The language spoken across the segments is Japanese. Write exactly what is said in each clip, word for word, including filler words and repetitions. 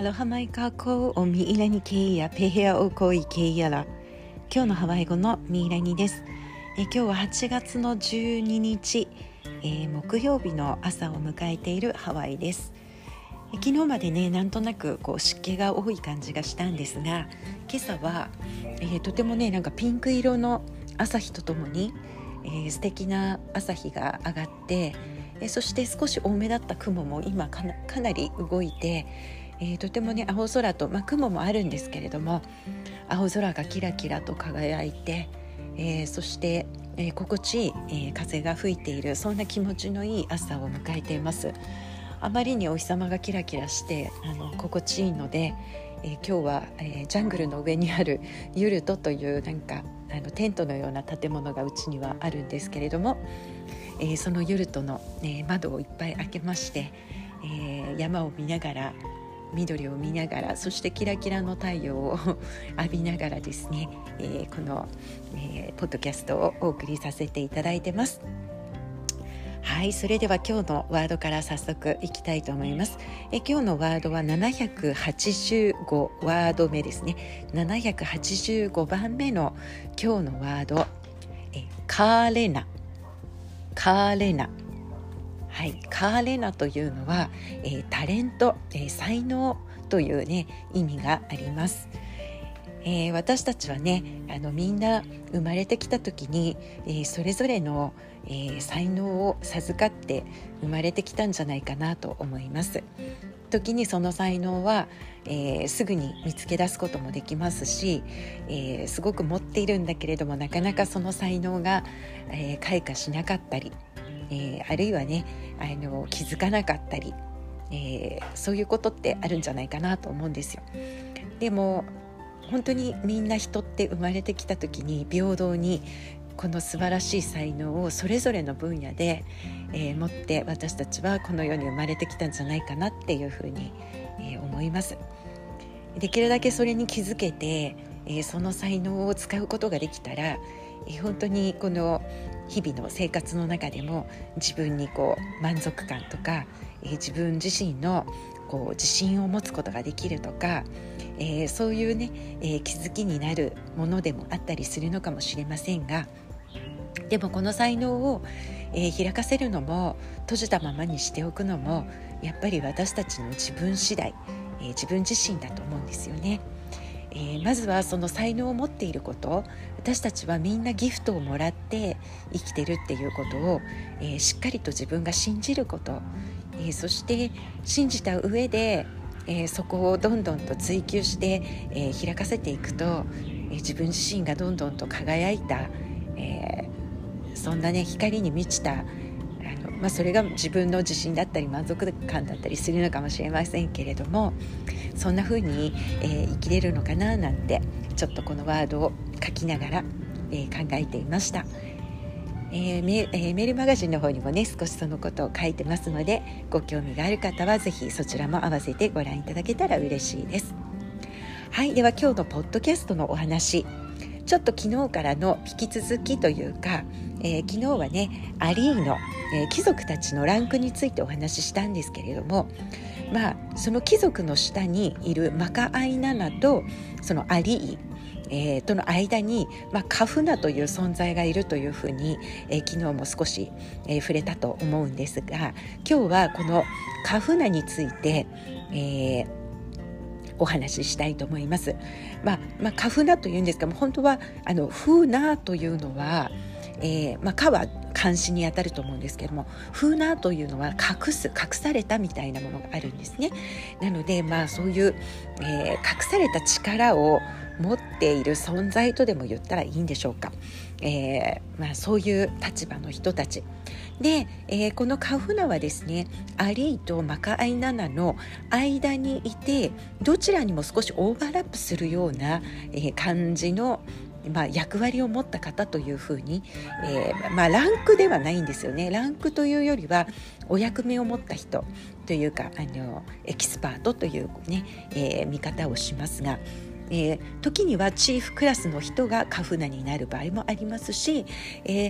ロハマイカコおミイラニケイヤペヘアオコイケイヤラ。今日のハワイ語のミイラニです。え今日ははちがつのじゅうににち、えー、木曜日の朝を迎えているハワイです。え昨日までねなんとなくこう湿気が多い感じがしたんですが、今朝は、えー、とてもねなんかピンク色の朝日とともに、えー、素敵な朝日が上がって、えー、そして少し多めだった雲も今か な, かなり動いて、えー、とてもね青空と、まあ、雲もあるんですけれども青空がキラキラと輝いて、えー、そして、えー、心地いい、えー、風が吹いている、そんな気持ちのいい朝を迎えています。あまりにお日様がキラキラしてあの心地いいので、えー、今日は、えー、ジャングルの上にあるユルトというなんかあのテントのような建物がうちにはあるんですけれども、えー、そのユルトの、ね、窓をいっぱい開けまして、えー、山を見ながら緑を見ながら、そしてキラキラの太陽を浴びながらですね、えー、この、えー、ポッドキャストをお送りさせていただいてます。はい、それでは今日のワードから早速いきたいと思います。え今日のワードはななひゃくはちじゅうごワード目ですね。ななひゃくはちじゅうごばんめの今日のワード、えカーレナカーレナはい、カーレナというのは、えー、タレント、えー、才能という、ね、意味があります。えー、私たちはねあのみんな生まれてきた時に、えー、それぞれの、えー、才能を授かって生まれてきたんじゃないかなと思います。時にその才能は、えー、すぐに見つけ出すこともできますし、えー、すごく持っているんだけれどもなかなかその才能が、えー、開花しなかったり、えー、あるいはねあの気づかなかったり、えー、そういうことってあるんじゃないかなと思うんですよ。でも本当にみんな人って生まれてきた時に平等にこの素晴らしい才能をそれぞれの分野で、えー、持って私たちはこの世に生まれてきたんじゃないかなっていうふうに、えー、思います。できるだけそれに気づけて、えー、その才能を使うことができたら、えー、本当にこの日々の生活の中でも自分にこう満足感とか、えー、自分自身のこう自信を持つことができるとか、えー、そういうね、えー、気づきになるものでもあったりするのかもしれませんが、でもこの才能を、えー、開かせるのも閉じたままにしておくのもやっぱり私たちの自分次第、えー、自分自身だと思うんですよね。えー、まずはその才能を持っていること、私たちはみんなギフトをもらって生きてるっていうことを、えー、しっかりと自分が信じること、えー、そして信じた上で、えー、そこをどんどんと追求して、えー、開かせていくと、えー、自分自身がどんどんと輝いた、えー、そんなね光に満ちたあの、まあ、それが自分の自信だったり満足感だったりするのかもしれませんけれども、そんな風に、えー、生きれるのかななんてちょっとこのワードを書きながら、えー、考えていました。えーメえー、メールマガジンの方にもね少しそのことを書いてますので、ご興味がある方はぜひそちらも合わせてご覧いただけたら嬉しいです。はい、では今日のポッドキャストのお話、ちょっと昨日からの引き続きというか、えー、昨日はねアリーの、えー、貴族たちのランクについてお話ししたんですけれども、まあ、その貴族の下にいるマカアイナナとそのアリー、えー、との間に、まあ、カフナという存在がいるというふうに、えー、昨日も少し、えー、触れたと思うんですが、今日はこのカフナについて、えー、お話ししたいと思います。まあまあ、カフナというんですが、本当はあのフーナーというのは、えーまあ、カは監視にあたると思うんですけども、フーナーというのは隠す隠されたみたいなものがあるんですね。なので、まあ、そういう、えー、隠された力を持っている存在とでも言ったらいいんでしょうか。えーまあ、そういう立場の人たちで、えー、このカフナはですねアリーとマカアイナナの間にいて、どちらにも少しオーバーラップするような、えー、感じのまあ、役割を持った方というふうに、えーまあ、ランクではないんですよね。ランクというよりはお役目を持った人というか、あのエキスパートという、ねえー、見方をしますが、えー、時にはチーフクラスの人がカフナになる場合もありますし、えー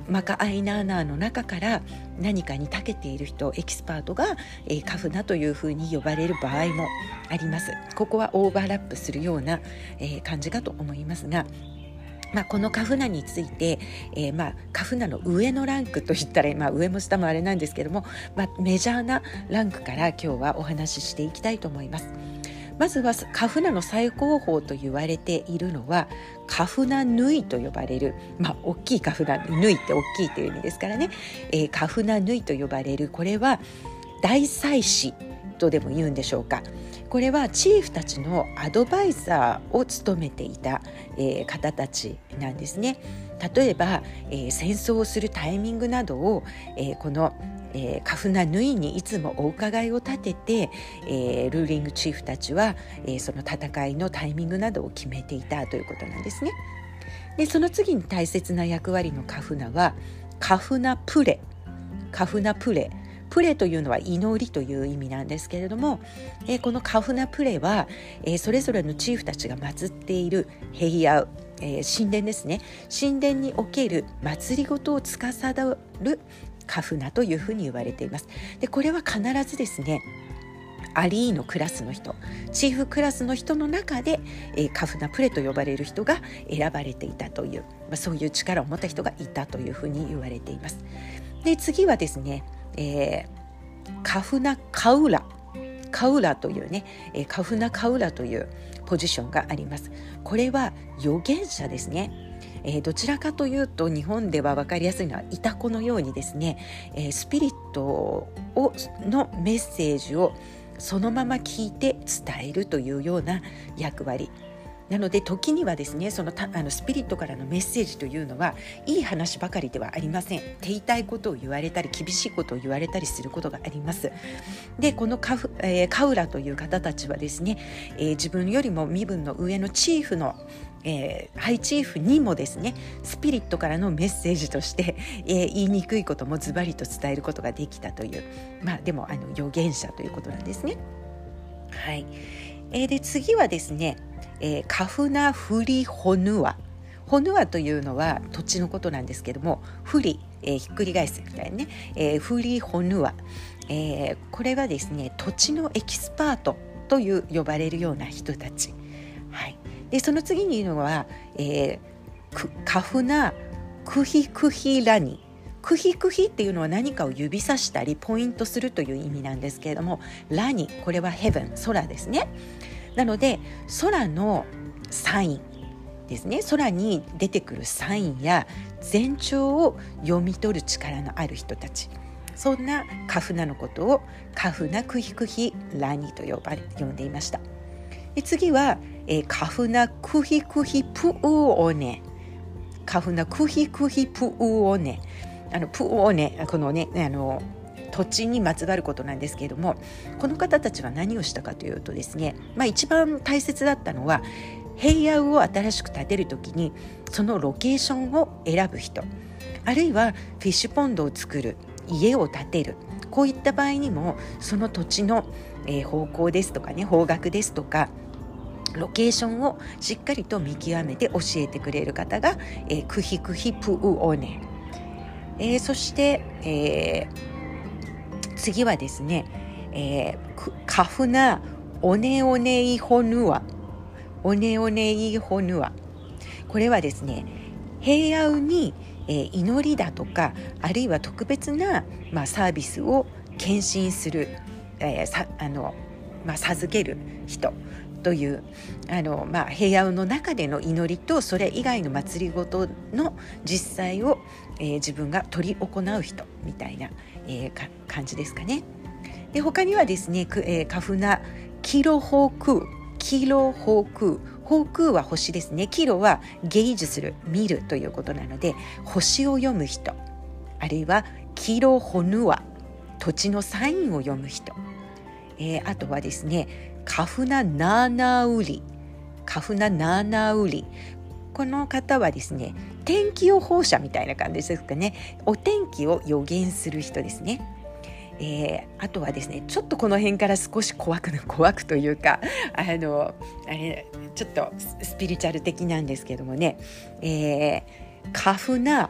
マカアイナーナーの中から何かに長けている人、エキスパートが、えー、カフナというふうに呼ばれる場合もあります。ここはオーバーラップするような、えー、感じかと思いますが、まあ、このカフナについて、えーまあ、カフナの上のランクといったら、まあ、上も下もあれなんですけども、まあ、メジャーなランクから今日はお話ししていきたいと思います。まずはカフナの最高峰と言われているのはカフナヌイと呼ばれる、まあ、大きいカフナヌイって大きいという意味ですからね、えー、カフナヌイと呼ばれる、これは大祭司とでも言うんでしょうか。これはチーフたちのアドバイザーを務めていた、えー、方たちなんですね。例えば、えー、戦争をするタイミングなどを、えー、このえー、カフナヌイにいつもお伺いを立てて、えー、ルーリングチーフたちは、えー、その戦いのタイミングなどを決めていたということなんですね。でその次に大切な役割のカフナはカフナプレカフナプレプレというのは祈りという意味なんですけれども、えー、このカフナプレは、えー、それぞれのチーフたちが祀っているヘイヤウ、えー、神殿ですね。神殿における祀りごとを司るカフナというふうに言われています。でこれは必ずですね、アリーのクラスの人、チーフクラスの人の中で、えー、カフナプレと呼ばれる人が選ばれていたという、まあ、そういう力を持った人がいたというふうに言われています。で次はですね、えー、カフナカウラカウラというね、えー、カフナカウラというポジションがあります。これは預言者ですね。えー、どちらかというと日本では分かりやすいのはイタコのようにですね、えー、スピリットをのメッセージをそのまま聞いて伝えるというような役割なので、時にはですね、そのたあのスピリットからのメッセージというのはいい話ばかりではありません。手痛いことを言われたり厳しいことを言われたりすることがあります。でこのカフ、えー、カウラという方たちはですね、えー、自分よりも身分の上のチーフのえー、ハイチーフにもですね、スピリットからのメッセージとして、えー、言いにくいこともズバリと伝えることができたという、まあでもあの預言者ということなんですね。はい。えー、で次はですね、えー、カフナフリホヌアホヌアというのは土地のことなんですけども、フリ、えー、ひっくり返すみたいなね、えー、フリホヌア、えー、これはですね、土地のエキスパートという呼ばれるような人たち。はい。でその次にいるのは、えー、カフナクヒクヒラニ。クヒクヒっていうのは何かを指さしたりポイントするという意味なんですけれども、ラニ、これはヘブン、空ですね。なので空のサインですね、空に出てくるサインや前兆を読み取る力のある人たち、そんなカフナのことをカフナクヒクヒラニと呼ばれ呼んでいました。で次は、えー、カフナクヒクヒプウオネカフナクヒクヒプウオネあのプウオネこのねあの土地にまつわることなんですけれども、この方たちは何をしたかというとですね、まあ、一番大切だったのは平野を新しく建てるときにそのロケーションを選ぶ人、あるいはフィッシュポンドを作る、家を建てる、こういった場合にもその土地の、えー、方向ですとかね、方角ですとかロケーションをしっかりと見極めて教えてくれる方が、えー、クヒクヒプウオネ、えー、そして、えー、次はですね、えー、カフナオネオネイホヌアオネオネイホヌア、これはですね、平野に、えー、祈りだとかあるいは特別な、まあ、サービスを献身する、えーさあのまあ、授ける人というあの、まあ、平野の中での祈りとそれ以外の祭りごとの実際を、えー、自分が取り行う人みたいな、えー、か感じですかね。で他にはですね、えー、カフナキロホークキロホークホークは星ですね。キロはゲージする、見るということなので星を読む人、あるいはキロホヌア、土地のサインを読む人、えー、あとはですね、カフナナーナウリカフナナーナウリ、この方はですね、天気予報者みたいな感じですかね。お天気を予言する人ですね。えー、あとはですね、ちょっとこの辺から少し怖く怖くというかあのあれちょっとスピリチュアル的なんですけどもね、えー、カフナ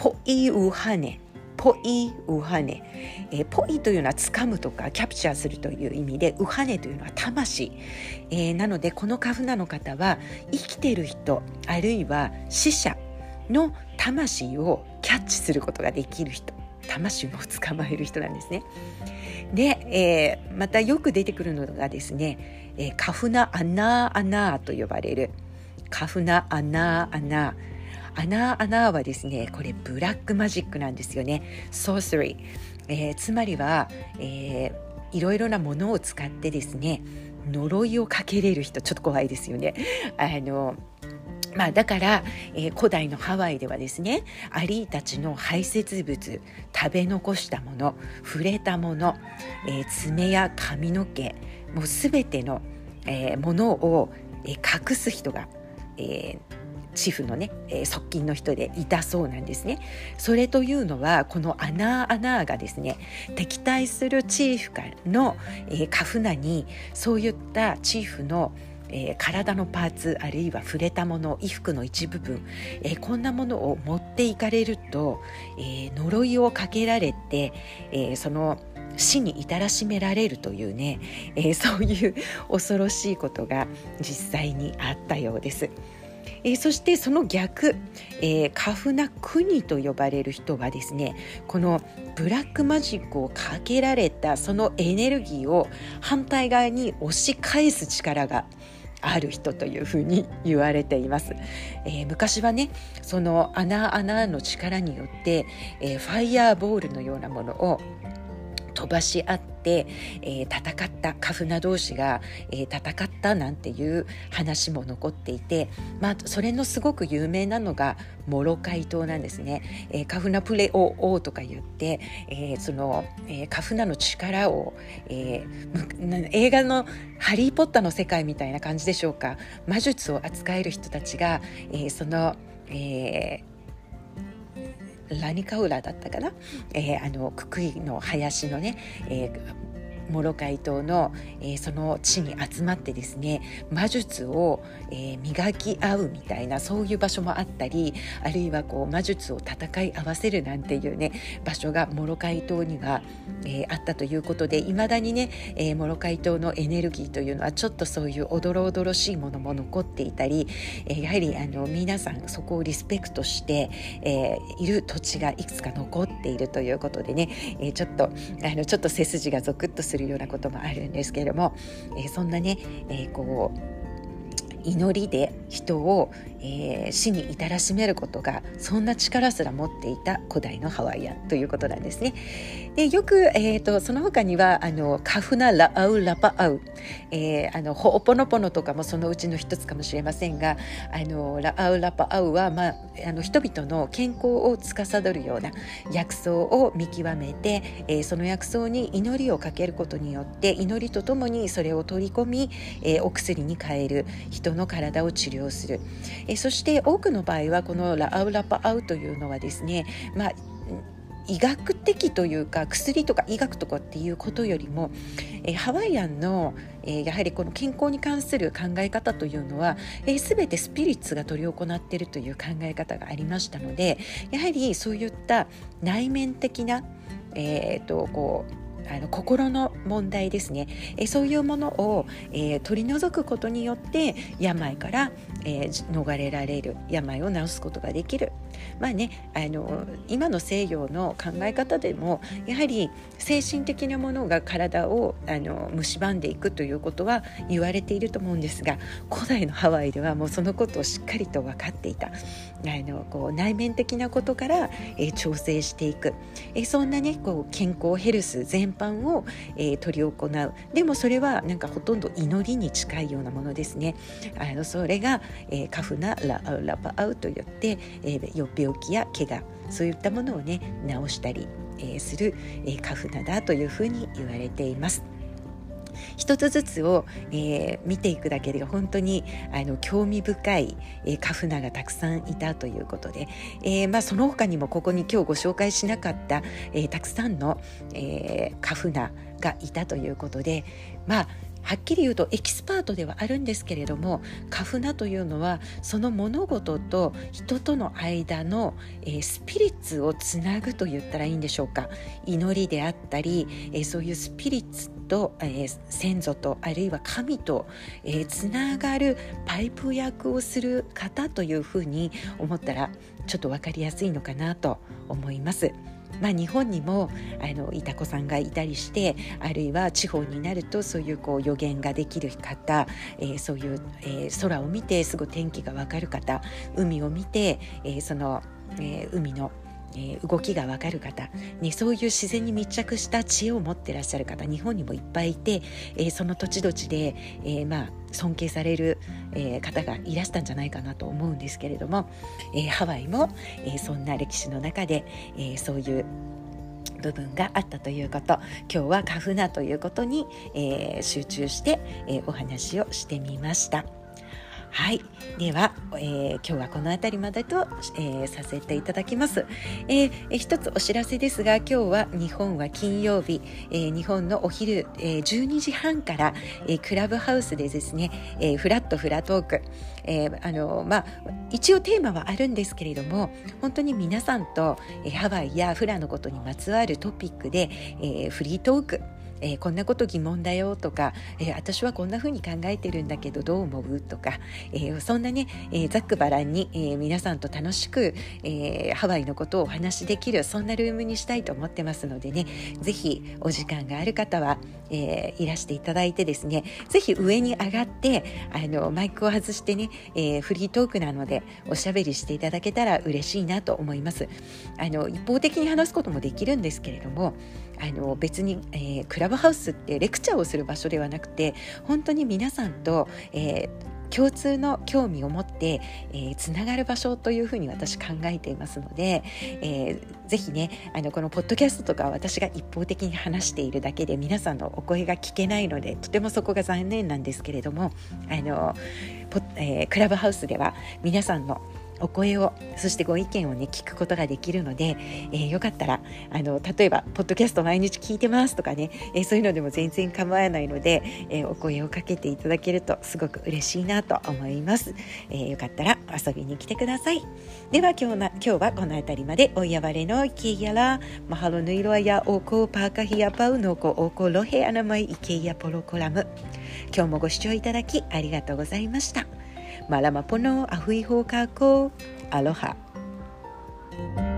ポイウハネポイウハネ、えー、ポイというのは掴むとかキャプチャーするという意味で、ウハネというのは魂、えー、なのでこのカフナの方は生きている人あるいは死者の魂をキャッチすることができる人、魂を捕まえる人なんですね。で、えー、またよく出てくるのがですね、えー、カフナアナーアナーと呼ばれるカフナアナーアナーアナーアナーはですね、これブラックマジックなんですよね。ソーサリー、えー、つまりは、えー、いろいろなものを使ってですね、呪いをかけれる人、ちょっと怖いですよね。あのまあ、だから、えー、古代のハワイではですね、アリーたちの排泄物、食べ残したもの、触れたもの、えー、爪や髪の毛、もうすべての、えー、ものを、えー、隠す人が、えーチフのね、えー、側近の人でいたそうなんですね。それというのは、このアナーアナーがですね、敵対するチーフの、えー、カフナにそういったチーフの、えー、体のパーツ、あるいは触れたもの、衣服の一部分、えー、こんなものを持っていかれると、えー、呪いをかけられて、えー、その死に至らしめられるというね、えー、そういう恐ろしいことが実際にあったようです。えー、そしてその逆、えー、カフナクニと呼ばれる人はですね、このブラックマジックをかけられたそのエネルギーを反対側に押し返す力がある人というふうに言われています。えー、昔はね、そのアナアナの力によって、えー、ファイヤーボールのようなものを飛ばし合って、えー、戦ったカフナ同士が、えー、戦ったなんていう話も残っていて、まあ、それのすごく有名なのがモロカイ島なんですね。えー、カフナプレオオとか言って、えーそのえー、カフナの力を、えー、映画のハリーポッターの世界みたいな感じでしょうか、魔術を扱える人たちが、えー、その、えーラニカウラだったかな、えー、あのククイの林のね、えーモロカイ島の、えー、その地に集まってですね、魔術を、えー、磨き合うみたいな、そういう場所もあったり、あるいはこう魔術を戦い合わせるなんていうね場所がモロカイ島には、えー、あったということで、いまだにね、えー、モロカイ島のエネルギーというのはちょっとそういうおどろおどろしいものも残っていたり、えー、やはりあの皆さんそこをリスペクトして、えー、いる土地がいくつか残っているということでね、えー、ちょっとあのちょっと背筋がゾクッとするようなこともあるんですけれども、えー、そんなね、えー、こう祈りで人を、えー、死に至らしめることが、そんな力すら持っていた古代のハワイアンということなんですね。でよく、えー、とその他にはあのカフナラアウラパアウ、えー、あのホオポノポノとかもそのうちの一つかもしれませんが、あのラアウラパアウは、まあ、あの人々の健康を司るような薬草を見極めて、えー、その薬草に祈りをかけることによって、祈りとともにそれを取り込み、えー、お薬に変える、人の体を治療する。えー、そして多くの場合はこのラアウラパアウというのはですね、まあ医学的というか薬とか医学とかっていうことよりも、えー、ハワイアンの、えー、やはりこの健康に関する考え方というのは、えー、全てスピリッツが執り行っているという考え方がありましたので、やはりそういった内面的な、えー、とこうあの心の問題ですね、えー、そういうものを、えー、取り除くことによって病から、えー、逃れられる、病を治すことができる。まあね、あの今の西洋の考え方でもやはり精神的なものが体をあの蝕んでいくということは言われていると思うんですが、古代のハワイではもうそのことをしっかりと分かっていた。あのこう内面的なことから、えー、調整していく、えー、そんなねこう健康ヘルス全般を、えー、取り行う。でもそれはなんかほとんど祈りに近いようなものですね。あのそれが、えー、カフナラアウラパアウといって、えー、病気や怪我、そういったものをね治したり、えー、する、えー、カフナだというふうに言われています。一つずつを、えー、見ていくだけで本当にあの興味深い、えー、カフナがたくさんいたということで、えーまあ、その他にもここに今日ご紹介しなかった、えー、たくさんの、えー、カフナがいたということで、まあはっきり言うとエキスパートではあるんですけれども、カフナというのはその物事と人との間の、えー、スピリッツをつなぐと言ったらいいんでしょうか。祈りであったり、えー、そういうスピリッツと、えー、先祖とあるいは神と、えー、つながるパイプ役をする方というふうに思ったらちょっと分かりやすいのかなと思います。まあ、日本にもあのいた子さんがいたりして、あるいは地方になるとそういうこう予言ができる方、えー、そういう、えー、空を見てすぐ天気が分かる方、海を見て、えー、その、えー、海のえー、動きが分かる方に、そういう自然に密着した知恵を持っていらっしゃる方、日本にもいっぱいいて、えー、その土地土地で、えーまあ、尊敬される、えー、方がいらしたんじゃないかなと思うんですけれども、えー、ハワイも、えー、そんな歴史の中で、えー、そういう部分があったということ、今日はカフナということに、えー、集中して、えー、お話をしてみました。はい、では、えー、今日はこのあたりまでと、えー、させていただきます。えーえー、一つお知らせですが、今日は日本は金曜日、えー、日本のお昼、えー、じゅうにじはんから、えー、クラブハウスでですね、えー、フラットフラトーク、えーあのまあ、一応テーマはあるんですけれども、本当に皆さんと、えー、ハワイやフラのことにまつわるトピックで、えー、フリートーク、えー、こんなこと疑問だよとか、えー、私はこんな風に考えてるんだけどどう思うとか、えー、そんなね、えー、ざっくばらんに、えー、皆さんと楽しく、えー、ハワイのことをお話しできる、そんなルームにしたいと思ってますのでね、ぜひお時間がある方は、えー、いらしていただいてですね、ぜひ上に上がってあのマイクを外してね、えー、フリートークなのでおしゃべりしていただけたら嬉しいなと思います。あの一方的に話すこともできるんですけれども、あの別に、えー、クラブハウスってレクチャーをする場所ではなくて、本当に皆さんと、えー共通の興味を持って、えー、つながる場所というふうに私考えていますので、えー、ぜひね、あのこのポッドキャストとか私が一方的に話しているだけで皆さんのお声が聞けないので、とてもそこが残念なんですけれども、あのポ、えー、クラブハウスでは皆さんのお声を、そしてご意見をね聞くことができるので、えー、よかったらあの例えばポッドキャスト毎日聞いてますとかね、えー、そういうのでも全然構わないので、えー、お声をかけていただけるとすごく嬉しいなと思います。えー、よかったら遊びに来てください。では今日な今日はこのあたりまで。おやわれのいけやらマハロヌイロアやおこパーカヒヤパウノコおこロヘアナマイイケヤポロコラム。今日もご視聴いただきありがとうございました。Malama pono ahui ho kako. Aloha.